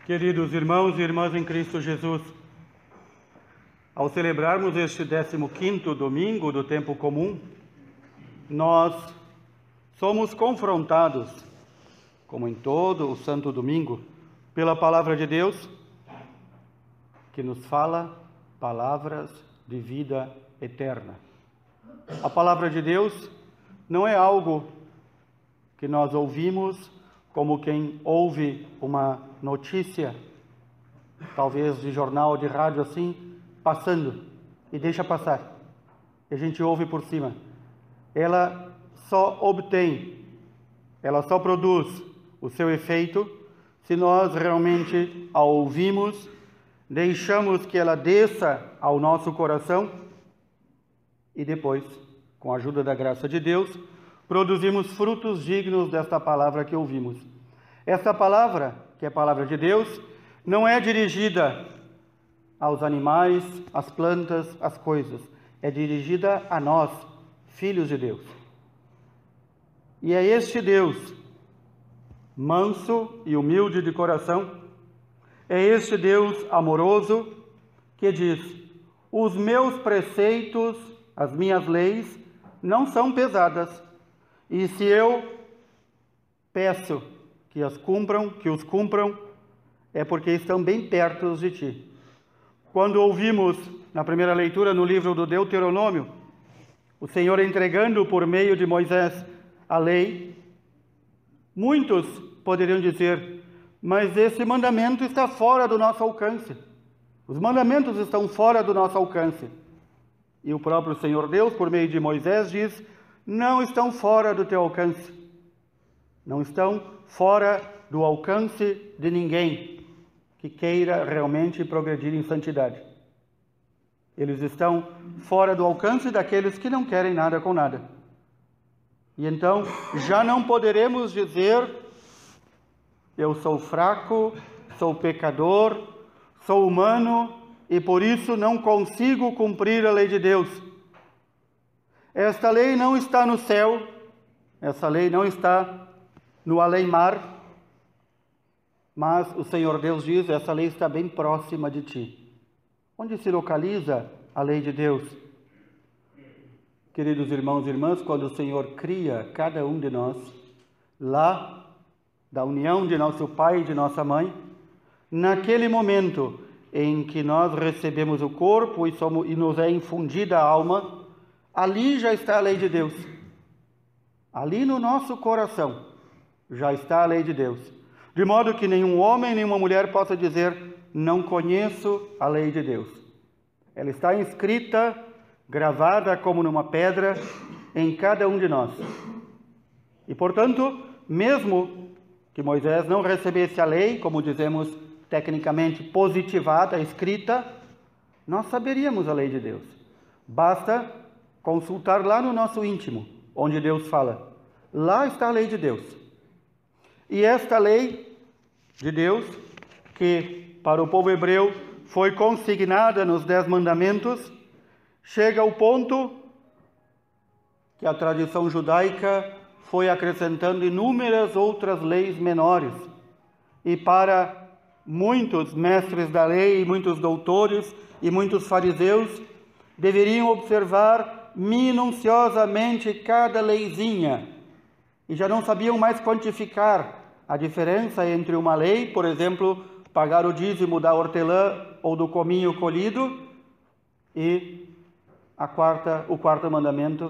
Queridos irmãos e irmãs em Cristo Jesus, ao celebrarmos este 15º domingo do tempo comum, nós somos confrontados, como em todo o Santo Domingo, pela Palavra de Deus, que nos fala palavras de vida eterna. A Palavra de Deus não é algo que nós ouvimos como quem ouve uma notícia, talvez de jornal, de rádio assim, passando e deixa passar. E a gente ouve por cima. Ela só produz o seu efeito se nós realmente a ouvimos, deixamos que ela desça ao nosso coração e depois, com a ajuda da graça de Deus, produzimos frutos dignos desta palavra que ouvimos. Esta palavra, que é a palavra de Deus, não é dirigida aos animais, às plantas, às coisas. É dirigida a nós, filhos de Deus. E é este Deus, manso e humilde de coração, é este Deus amoroso que diz: os meus preceitos, as minhas leis, não são pesadas. E se eu peço que os cumpram, é porque estão bem perto de ti. Quando ouvimos, na primeira leitura no livro do Deuteronômio, o Senhor entregando por meio de Moisés a lei, muitos poderiam dizer: mas esse mandamento está fora do nosso alcance. Os mandamentos estão fora do nosso alcance. E o próprio Senhor Deus, por meio de Moisés, diz: não estão fora do teu alcance. Não estão fora do alcance de ninguém que queira realmente progredir em santidade. Eles estão fora do alcance daqueles que não querem nada com nada. E então já não poderemos dizer: eu sou fraco, sou pecador, sou humano e por isso não consigo cumprir a lei de Deus. Esta lei não está no céu, essa lei não está no além-mar, mas o Senhor Deus diz: essa lei está bem próxima de ti. Onde se localiza a lei de Deus? Queridos irmãos e irmãs, quando o Senhor cria cada um de nós, lá da união de nosso pai e de nossa mãe, naquele momento em que nós recebemos o corpo e nos é infundida a alma, ali já está a lei de Deus. Ali no nosso coração já está a lei de Deus. De modo que nenhum homem, nenhuma mulher possa dizer: não conheço a lei de Deus. Ela está inscrita, gravada como numa pedra em cada um de nós. E portanto, mesmo que Moisés não recebesse a lei, como dizemos tecnicamente, positivada, escrita, nós saberíamos a lei de Deus. Basta consultar lá no nosso íntimo, onde Deus fala. Lá está a lei de Deus. E esta lei de Deus, que para o povo hebreu foi consignada nos 10 mandamentos, chega ao ponto que a tradição judaica foi acrescentando inúmeras outras leis menores. E para muitos mestres da lei, muitos doutores e muitos fariseus deveriam observar minuciosamente cada leizinha e já não sabiam mais quantificar a diferença entre uma lei, por exemplo, pagar o dízimo da hortelã ou do cominho colhido, e o quarto mandamento: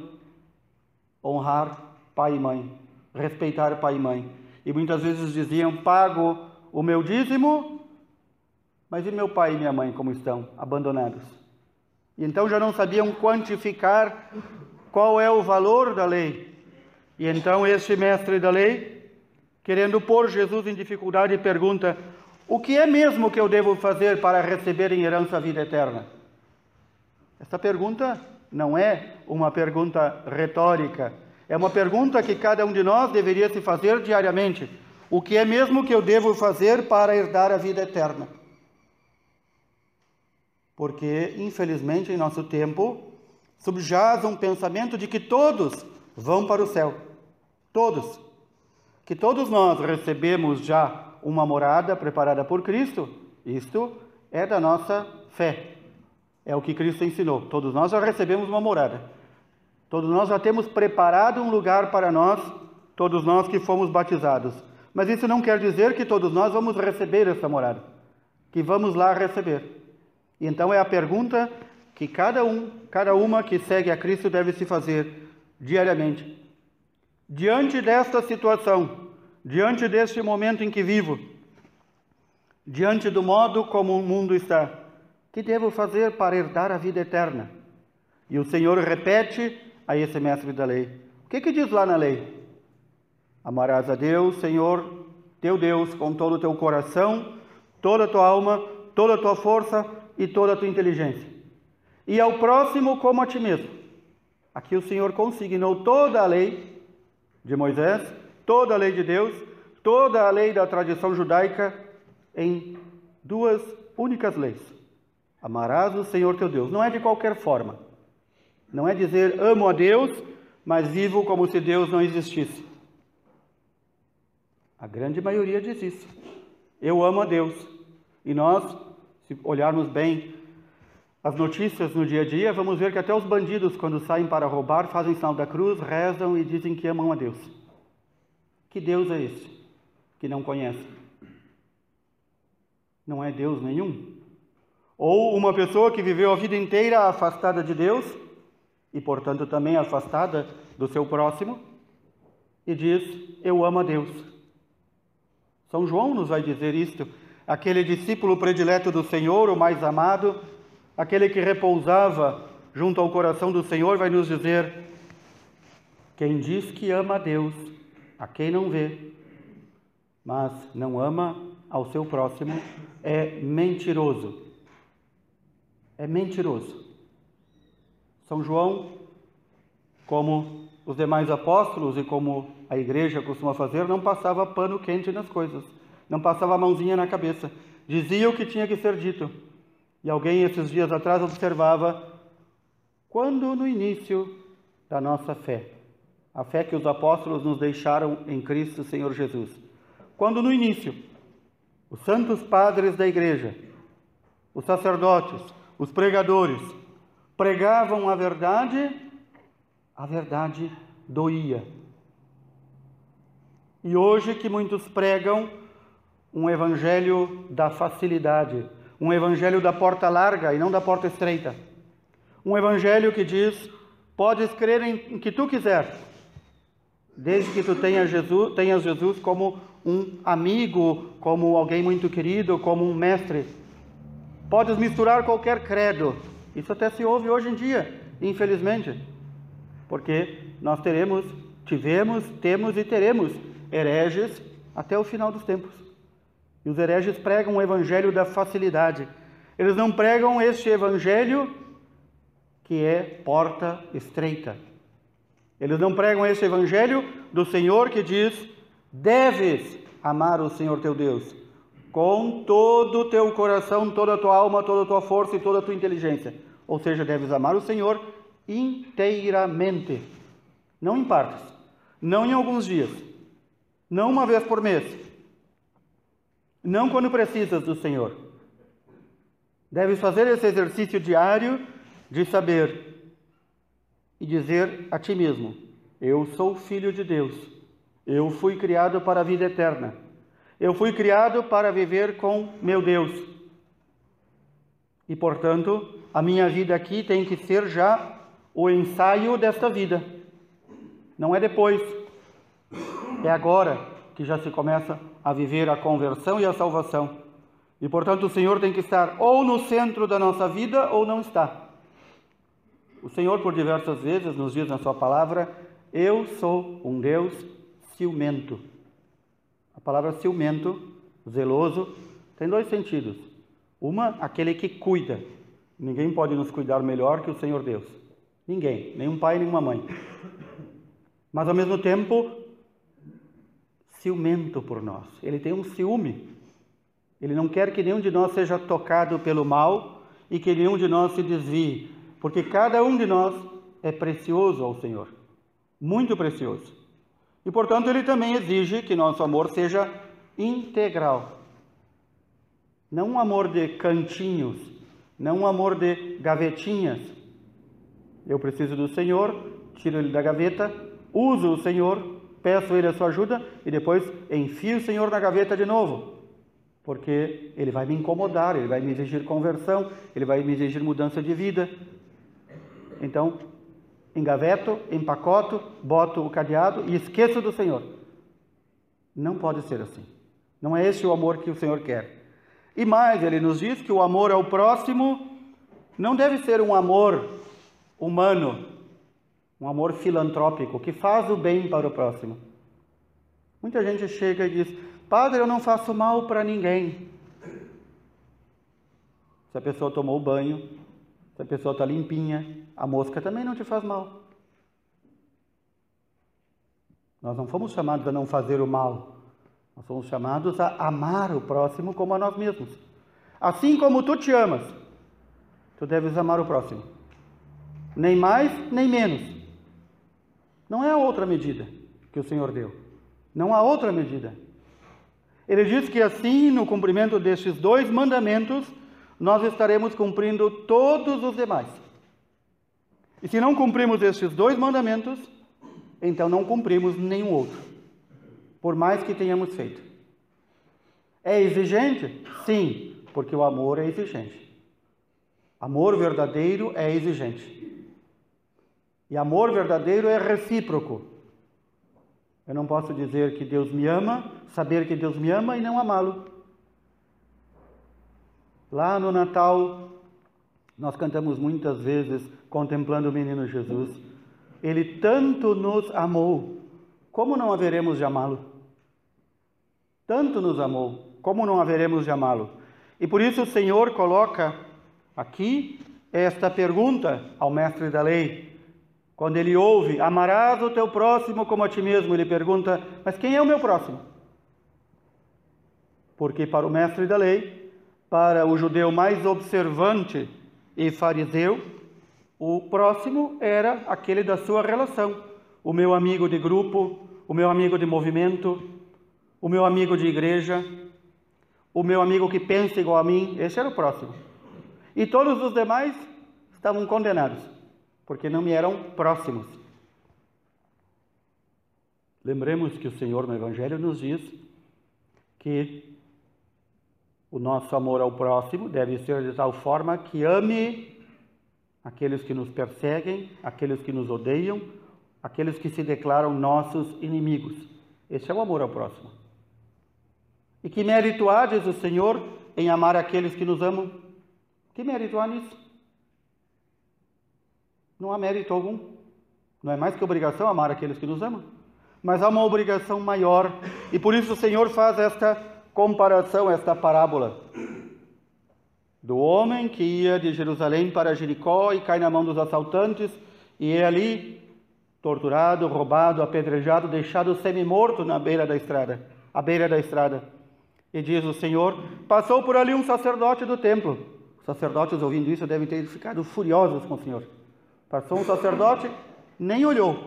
honrar pai e mãe, respeitar pai e mãe. E muitas vezes diziam: pago o meu dízimo, mas e meu pai e minha mãe como estão? Abandonados. E então já não sabiam quantificar qual é o valor da lei. E então este mestre da lei, querendo pôr Jesus em dificuldade, pergunta: o que é mesmo que eu devo fazer para receber em herança a vida eterna? Esta pergunta não é uma pergunta retórica, é uma pergunta que cada um de nós deveria se fazer diariamente. O que é mesmo que eu devo fazer para herdar a vida eterna? Porque, infelizmente, em nosso tempo, subjaz um pensamento de que todos vão para o céu. Todos. Que todos nós recebemos já uma morada preparada por Cristo, isto é da nossa fé. É o que Cristo ensinou. Todos nós já recebemos uma morada. Todos nós já temos preparado um lugar para nós, todos nós que fomos batizados. Mas isso não quer dizer que todos nós vamos receber essa morada, que vamos lá receber. E então é a pergunta que cada uma que segue a Cristo deve se fazer diariamente. Diante desta situação, diante deste momento em que vivo, diante do modo como o mundo está, que devo fazer para herdar a vida eterna? E o Senhor repete a esse mestre da lei. O que diz lá na lei? Amarás a Deus, Senhor, teu Deus, com todo o teu coração, toda a tua alma, toda a tua força e toda a tua inteligência. E ao próximo como a ti mesmo. Aqui o Senhor consignou toda a lei de Moisés, toda a lei de Deus, toda a lei da tradição judaica em duas únicas leis. Amarás o Senhor teu Deus. Não é de qualquer forma. Não é dizer amo a Deus, mas vivo como se Deus não existisse. A grande maioria diz isso. Eu amo a Deus. E nós, se olharmos bem as notícias no dia a dia, vamos ver que até os bandidos, quando saem para roubar, fazem sinal da cruz, rezam e dizem que amam a Deus. Que Deus é esse que não conhece? Não é Deus nenhum. Ou uma pessoa que viveu a vida inteira afastada de Deus, e portanto também afastada do seu próximo, e diz, eu amo a Deus. São João nos vai dizer isto, aquele discípulo predileto do Senhor, o mais amado, aquele que repousava junto ao coração do Senhor, vai nos dizer, quem diz que ama a Deus, a quem não vê, mas não ama ao seu próximo, é mentiroso. É mentiroso. São João, como os demais apóstolos e como a igreja costuma fazer, não passava pano quente nas coisas, não passava a mãozinha na cabeça, dizia o que tinha que ser dito. E alguém esses dias atrás observava, quando no início da nossa fé, a fé que os apóstolos nos deixaram em Cristo Senhor Jesus, quando no início, os santos padres da igreja, os sacerdotes, os pregadores, pregavam a verdade doía. E hoje que muitos pregam um evangelho da facilidade, um evangelho da porta larga e não da porta estreita. Um evangelho que diz, podes crer em que tu quiser, desde que tu tenhas Jesus como um amigo, como alguém muito querido, como um mestre. Podes misturar qualquer credo. Isso até se ouve hoje em dia, infelizmente. Porque nós tivemos, temos e teremos hereges até o final dos tempos. E os hereges pregam o evangelho da facilidade. Eles não pregam este evangelho que é porta estreita. Eles não pregam este evangelho do Senhor que diz, deves amar o Senhor teu Deus com todo o teu coração, toda a tua alma, toda a tua força e toda a tua inteligência. Ou seja, deves amar o Senhor inteiramente. Não em partes, não em alguns dias, não uma vez por mês, não quando precisas do Senhor. Deves fazer esse exercício diário de saber e dizer a ti mesmo, eu sou filho de Deus, eu fui criado para a vida eterna. Eu fui criado para viver com meu Deus. E, portanto, a minha vida aqui tem que ser já o ensaio desta vida. Não é depois. É agora que já se começa a viver a conversão e a salvação. E, portanto, o Senhor tem que estar ou no centro da nossa vida ou não está. O Senhor, por diversas vezes, nos diz na sua palavra, eu sou um Deus ciumento. A palavra ciumento, zeloso, tem dois sentidos. Uma, aquele que cuida. Ninguém pode nos cuidar melhor que o Senhor Deus. Ninguém, nenhum pai, nenhuma mãe. Mas, ao mesmo tempo, ciumento por nós. Ele tem um ciúme. Ele não quer que nenhum de nós seja tocado pelo mal e que nenhum de nós se desvie. Porque cada um de nós é precioso ao Senhor. Muito precioso. E, portanto, Ele também exige que nosso amor seja integral. Não um amor de cantinhos, não um amor de gavetinhas. Eu preciso do Senhor, tiro ele da gaveta, uso o Senhor, peço ele a sua ajuda e depois enfio o Senhor na gaveta de novo. Porque ele vai me incomodar, ele vai me exigir conversão, ele vai me exigir mudança de vida. Então, engaveto, empacoto, boto o cadeado e esqueço do Senhor. Não pode ser assim. Não é esse o amor que o Senhor quer. E mais, ele nos diz que o amor ao próximo não deve ser um amor humano, um amor filantrópico, que faz o bem para o próximo. Muita gente chega e diz: Padre, eu não faço mal para ninguém. Se a pessoa tomou banho, se a pessoa está limpinha, a mosca também não te faz mal. Nós não fomos chamados a não fazer o mal. Nós somos chamados a amar o próximo como a nós mesmos. Assim como tu te amas, tu deves amar o próximo. Nem mais, nem menos. Não é a outra medida que o Senhor deu. Não há outra medida. Ele diz que assim, no cumprimento destes 2 mandamentos, nós estaremos cumprindo todos os demais. E se não cumprimos estes 2 mandamentos, então não cumprimos nenhum outro, por mais que tenhamos feito. É exigente? Sim, porque o amor é exigente. Amor verdadeiro é exigente. E amor verdadeiro é recíproco. Eu não posso dizer que Deus me ama, saber que Deus me ama e não amá-lo. Lá no Natal, nós cantamos muitas vezes, contemplando o menino Jesus. Ele tanto nos amou, como não haveremos de amá-lo? Tanto nos amou, como não haveremos de amá-lo? E por isso o Senhor coloca aqui esta pergunta ao mestre da lei. Quando ele ouve, amarás o teu próximo como a ti mesmo, ele pergunta, mas quem é o meu próximo? Porque para o mestre da lei, para o judeu mais observante e fariseu, o próximo era aquele da sua relação, o meu amigo de grupo, o meu amigo de movimento, o meu amigo de igreja, o meu amigo que pensa igual a mim, esse era o próximo. E todos os demais estavam condenados, porque não me eram próximos. Lembremos que o Senhor no Evangelho nos diz que o nosso amor ao próximo deve ser de tal forma que ame aqueles que nos perseguem, aqueles que nos odeiam, aqueles que se declaram nossos inimigos. Esse é o amor ao próximo. E que mérito há, diz o Senhor, em amar aqueles que nos amam? Que mérito há nisso? Não há mérito algum. Não é mais que obrigação amar aqueles que nos amam. Mas há uma obrigação maior. E por isso o Senhor faz esta comparação, esta parábola. Do homem que ia de Jerusalém para Jericó e cai na mão dos assaltantes e é ali torturado, roubado, apedrejado, deixado semi-morto na beira da estrada, à beira da estrada. E diz o Senhor, passou por ali um sacerdote do templo. Os sacerdotes, ouvindo isso, devem ter ficado furiosos com o Senhor. Passou um sacerdote, nem olhou,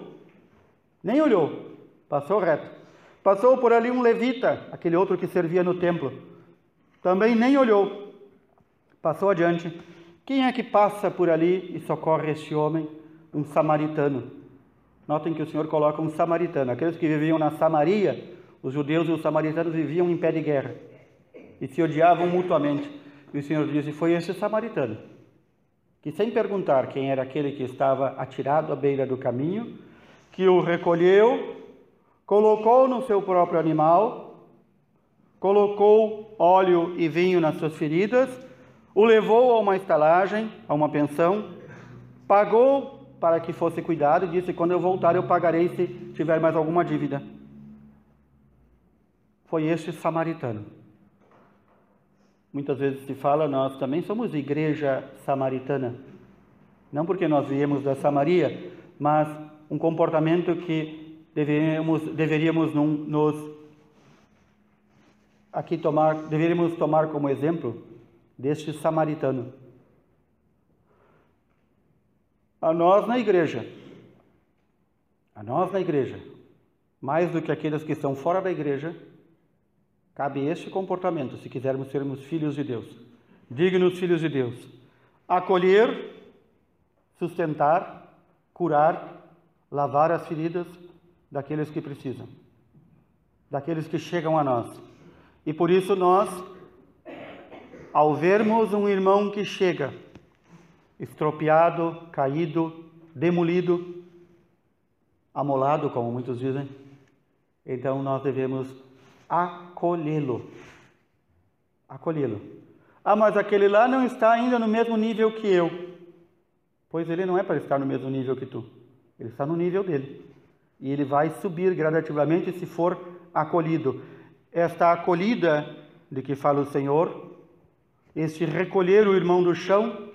passou reto. Passou por ali um levita, aquele outro que servia no templo, também nem olhou, passou adiante. Quem é que passa por ali e socorre este homem? Um samaritano. Notem que o Senhor coloca um samaritano. Aqueles que viviam na Samaria, os judeus e os samaritanos viviam em pé de guerra e se odiavam mutuamente. E o Senhor diz, e foi esse samaritano que, sem perguntar quem era aquele que estava atirado à beira do caminho, que o recolheu, colocou no seu próprio animal, colocou óleo e vinho nas suas feridas, o levou a uma estalagem, a uma pensão, pagou para que fosse cuidado e disse, quando eu voltar eu pagarei se tiver mais alguma dívida. Foi este samaritano. Muitas vezes se fala, nós também somos igreja samaritana. Não porque nós viemos da Samaria, mas um comportamento que deveríamos tomar como exemplo deste samaritano. A nós na igreja, mais do que aqueles que estão fora da igreja, cabe este comportamento, se quisermos sermos filhos de Deus, dignos filhos de Deus: acolher, sustentar, curar, lavar as feridas daqueles que precisam, daqueles que chegam a nós. E por isso nós, ao vermos um irmão que chega, estropiado, caído, demolido, amolado, como muitos dizem, então nós devemos acolhê-lo. Acolhê-lo. Ah, mas aquele lá não está ainda no mesmo nível que eu. Pois ele não é para estar no mesmo nível que tu. Ele está no nível dele. E ele vai subir gradativamente se for acolhido. Esta acolhida de que fala o Senhor, este recolher o irmão do chão,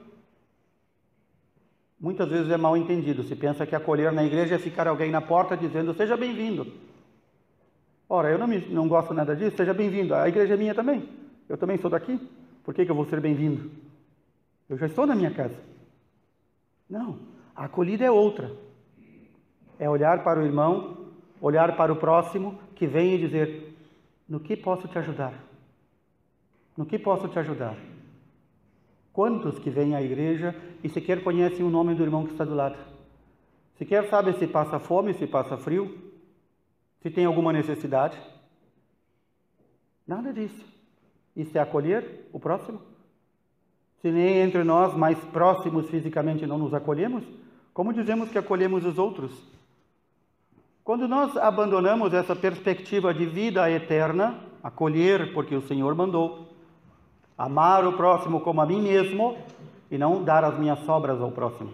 muitas vezes é mal entendido. Se pensa que acolher na igreja é ficar alguém na porta dizendo: seja bem-vindo. Ora, eu não gosto nada disso, seja bem-vindo. A igreja é minha também. Eu também sou daqui. Por que eu vou ser bem-vindo? Eu já estou na minha casa. Não, a acolhida é outra. É olhar para o irmão, olhar para o próximo que vem e dizer: no que posso te ajudar? No que posso te ajudar? Quantos que vêm à igreja e sequer conhecem o nome do irmão que está do lado? Sequer sabem se passa fome, se passa frio, se tem alguma necessidade? Nada disso. Isso é acolher o próximo? Se nem entre nós mais próximos fisicamente não nos acolhemos, como dizemos que acolhemos os outros? Quando nós abandonamos essa perspectiva de vida eterna, acolher porque o Senhor mandou, amar o próximo como a mim mesmo e não dar as minhas sobras ao próximo.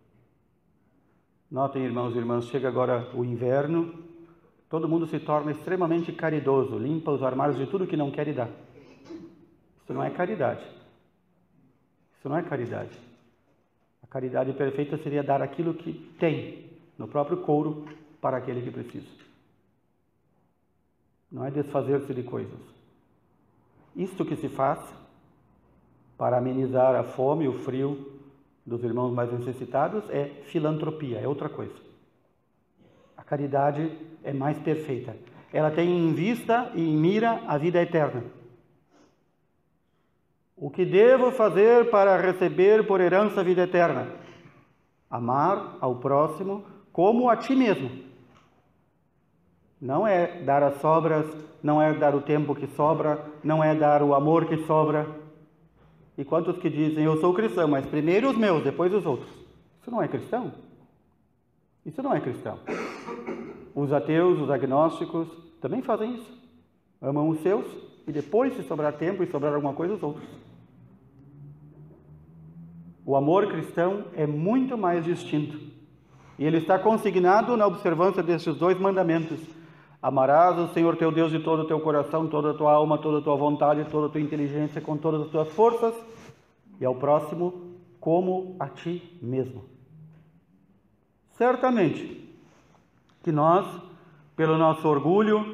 Notem, irmãos e irmãs, chega agora o inverno, todo mundo se torna extremamente caridoso, limpa os armários de tudo que não quer e dá. Isso não é caridade. Isso não é caridade. A caridade perfeita seria dar aquilo que tem no próprio couro para aquele que precisa. Não é desfazer-se de coisas. Isto que se faz para amenizar a fome e o frio dos irmãos mais necessitados é filantropia, é outra coisa. A caridade é mais perfeita. Ela tem em vista e em mira a vida eterna. O que devo fazer para receber por herança a vida eterna? Amar ao próximo como a ti mesmo. Não é dar as sobras, não é dar o tempo que sobra, não é dar o amor que sobra. E quantos que dizem: eu sou cristão, mas primeiro os meus, depois os outros? Isso não é cristão. Isso não é cristão. Os ateus, os agnósticos também fazem isso. Amam os seus e depois, se sobrar tempo e sobrar alguma coisa, os outros. O amor cristão é muito mais distinto. E ele está consignado na observância destes dois mandamentos: amarás o Senhor teu Deus de todo o teu coração, toda a tua alma, toda a tua vontade, toda a tua inteligência, com todas as tuas forças, e ao próximo como a ti mesmo. Certamente que nós, pelo nosso orgulho,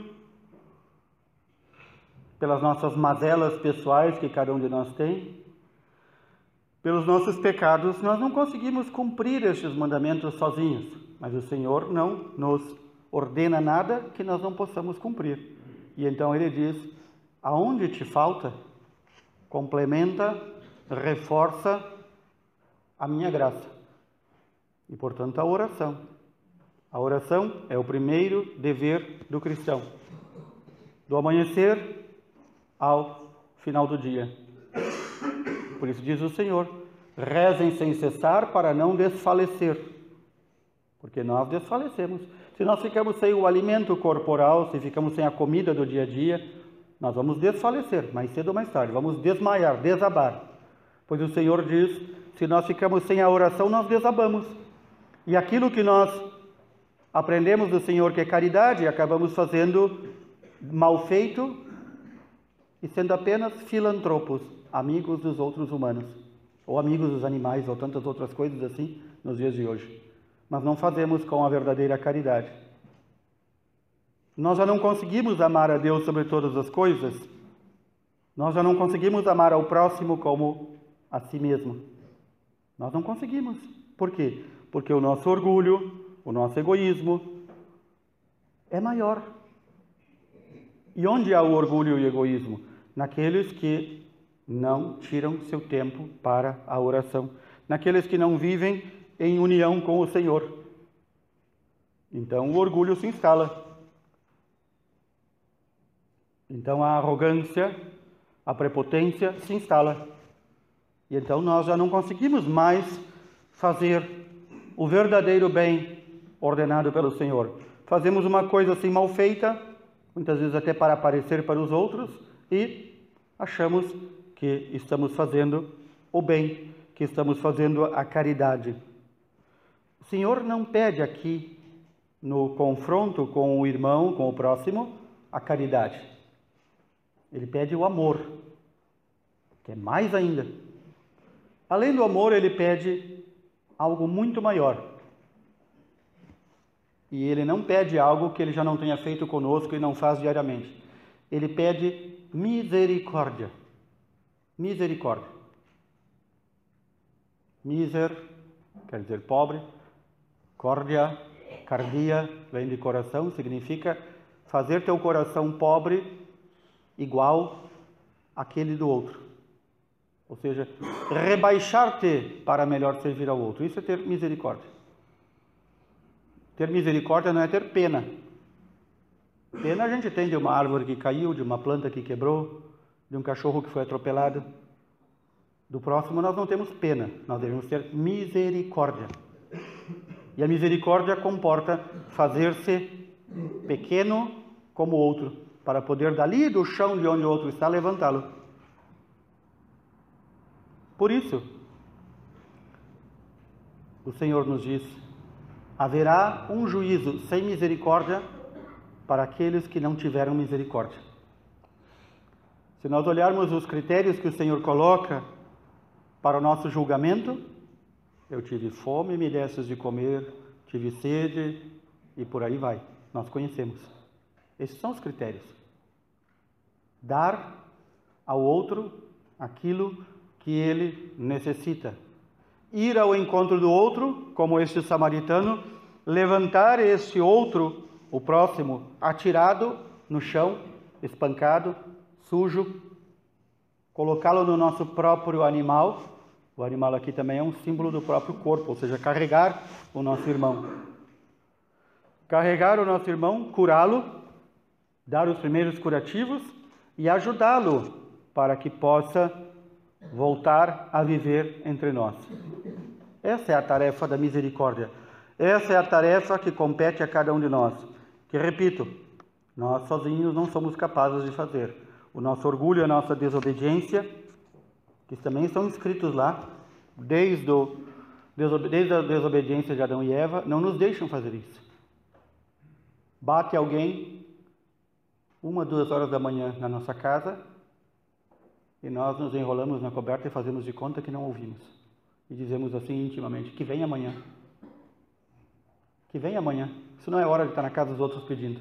pelas nossas mazelas pessoais que cada um de nós tem, pelos nossos pecados, nós não conseguimos cumprir estes mandamentos sozinhos, mas o Senhor não nos ordena nada que nós não possamos cumprir. E então ele diz: aonde te falta, complementa, reforça a minha graça. E portanto a oração. A oração é o primeiro dever do cristão, do amanhecer ao final do dia. Por isso diz o Senhor: rezem sem cessar para não desfalecer. Porque nós desfalecemos. Se nós ficamos sem o alimento corporal, se ficamos sem a comida do dia a dia, nós vamos desfalecer, mais cedo ou mais tarde, vamos desmaiar, desabar. Pois o Senhor diz: se nós ficamos sem a oração, nós desabamos. E aquilo que nós aprendemos do Senhor, que é caridade, acabamos fazendo mal feito e sendo apenas filantropos, amigos dos outros humanos, ou amigos dos animais, ou tantas outras coisas assim nos dias de hoje. Mas não fazemos com a verdadeira caridade. Nós já não conseguimos amar a Deus sobre todas as coisas. Nós já não conseguimos amar ao próximo como a si mesmo. Nós não conseguimos. Por quê? Porque o nosso orgulho, o nosso egoísmo é maior. E onde há o orgulho e o egoísmo? Naqueles que não tiram seu tempo para a oração, naqueles que não vivem em união com o Senhor. Então o orgulho se instala. Então a arrogância, a prepotência se instala. E então nós já não conseguimos mais fazer o verdadeiro bem ordenado pelo Senhor. Fazemos uma coisa assim mal feita, muitas vezes até para aparecer para os outros, e achamos que estamos fazendo o bem, que estamos fazendo a caridade. O Senhor não pede aqui, no confronto com o irmão, com o próximo, a caridade. Ele pede o amor, que é mais ainda. Além do amor, ele pede algo muito maior. E ele não pede algo que ele já não tenha feito conosco e não faz diariamente. Ele pede misericórdia. Misericórdia. Miser quer dizer pobre. Córdia, cardia, vem de coração, significa fazer teu coração pobre igual àquele do outro. Ou seja, rebaixar-te para melhor servir ao outro. Isso é ter misericórdia. Ter misericórdia não é ter pena. Pena a gente tem de uma árvore que caiu, de uma planta que quebrou, de um cachorro que foi atropelado. Do próximo nós não temos pena, nós devemos ter misericórdia. E a misericórdia comporta fazer-se pequeno como o outro, para poder dali do chão de onde o outro está levantá-lo. Por isso, o Senhor nos diz: haverá um juízo sem misericórdia para aqueles que não tiveram misericórdia. Se nós olharmos os critérios que o Senhor coloca para o nosso julgamento, eu tive fome, me desses de comer, tive sede, e por aí vai. Nós conhecemos. Esses são os critérios. Dar ao outro aquilo que ele necessita. Ir ao encontro do outro, como este samaritano, levantar este outro, o próximo, atirado no chão, espancado, sujo, colocá-lo no nosso próprio animal. O animal aqui também é um símbolo do próprio corpo, ou seja, carregar o nosso irmão. Carregar o nosso irmão, curá-lo, dar os primeiros curativos e ajudá-lo para que possa voltar a viver entre nós. Essa é a tarefa da misericórdia. Essa é a tarefa que compete a cada um de nós. Que, repito, nós sozinhos não somos capazes de fazer. O nosso orgulho e a nossa desobediência, que também estão escritos lá, desde a desobediência de Adão e Eva, não nos deixam fazer isso. Bate alguém 1, 2 horas da manhã na nossa casa e nós nos enrolamos na coberta e fazemos de conta que não ouvimos. E dizemos assim intimamente: que vem amanhã. Que vem amanhã. Isso não é hora de estar na casa dos outros pedindo.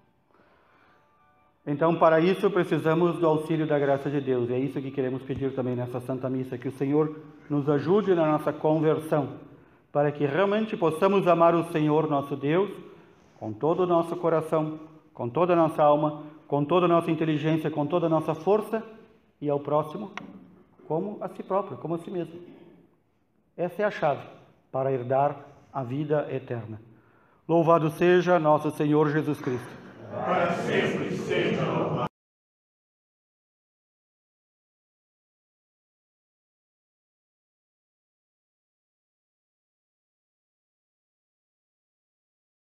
Então, para isso, precisamos do auxílio da graça de Deus. E é isso que queremos pedir também nessa Santa Missa, que o Senhor nos ajude na nossa conversão, para que realmente possamos amar o Senhor, nosso Deus, com todo o nosso coração, com toda a nossa alma, com toda a nossa inteligência, com toda a nossa força, e ao próximo como a si próprio, como a si mesmo. Essa é a chave para herdar a vida eterna. Louvado seja nosso Senhor Jesus Cristo. Para sempre.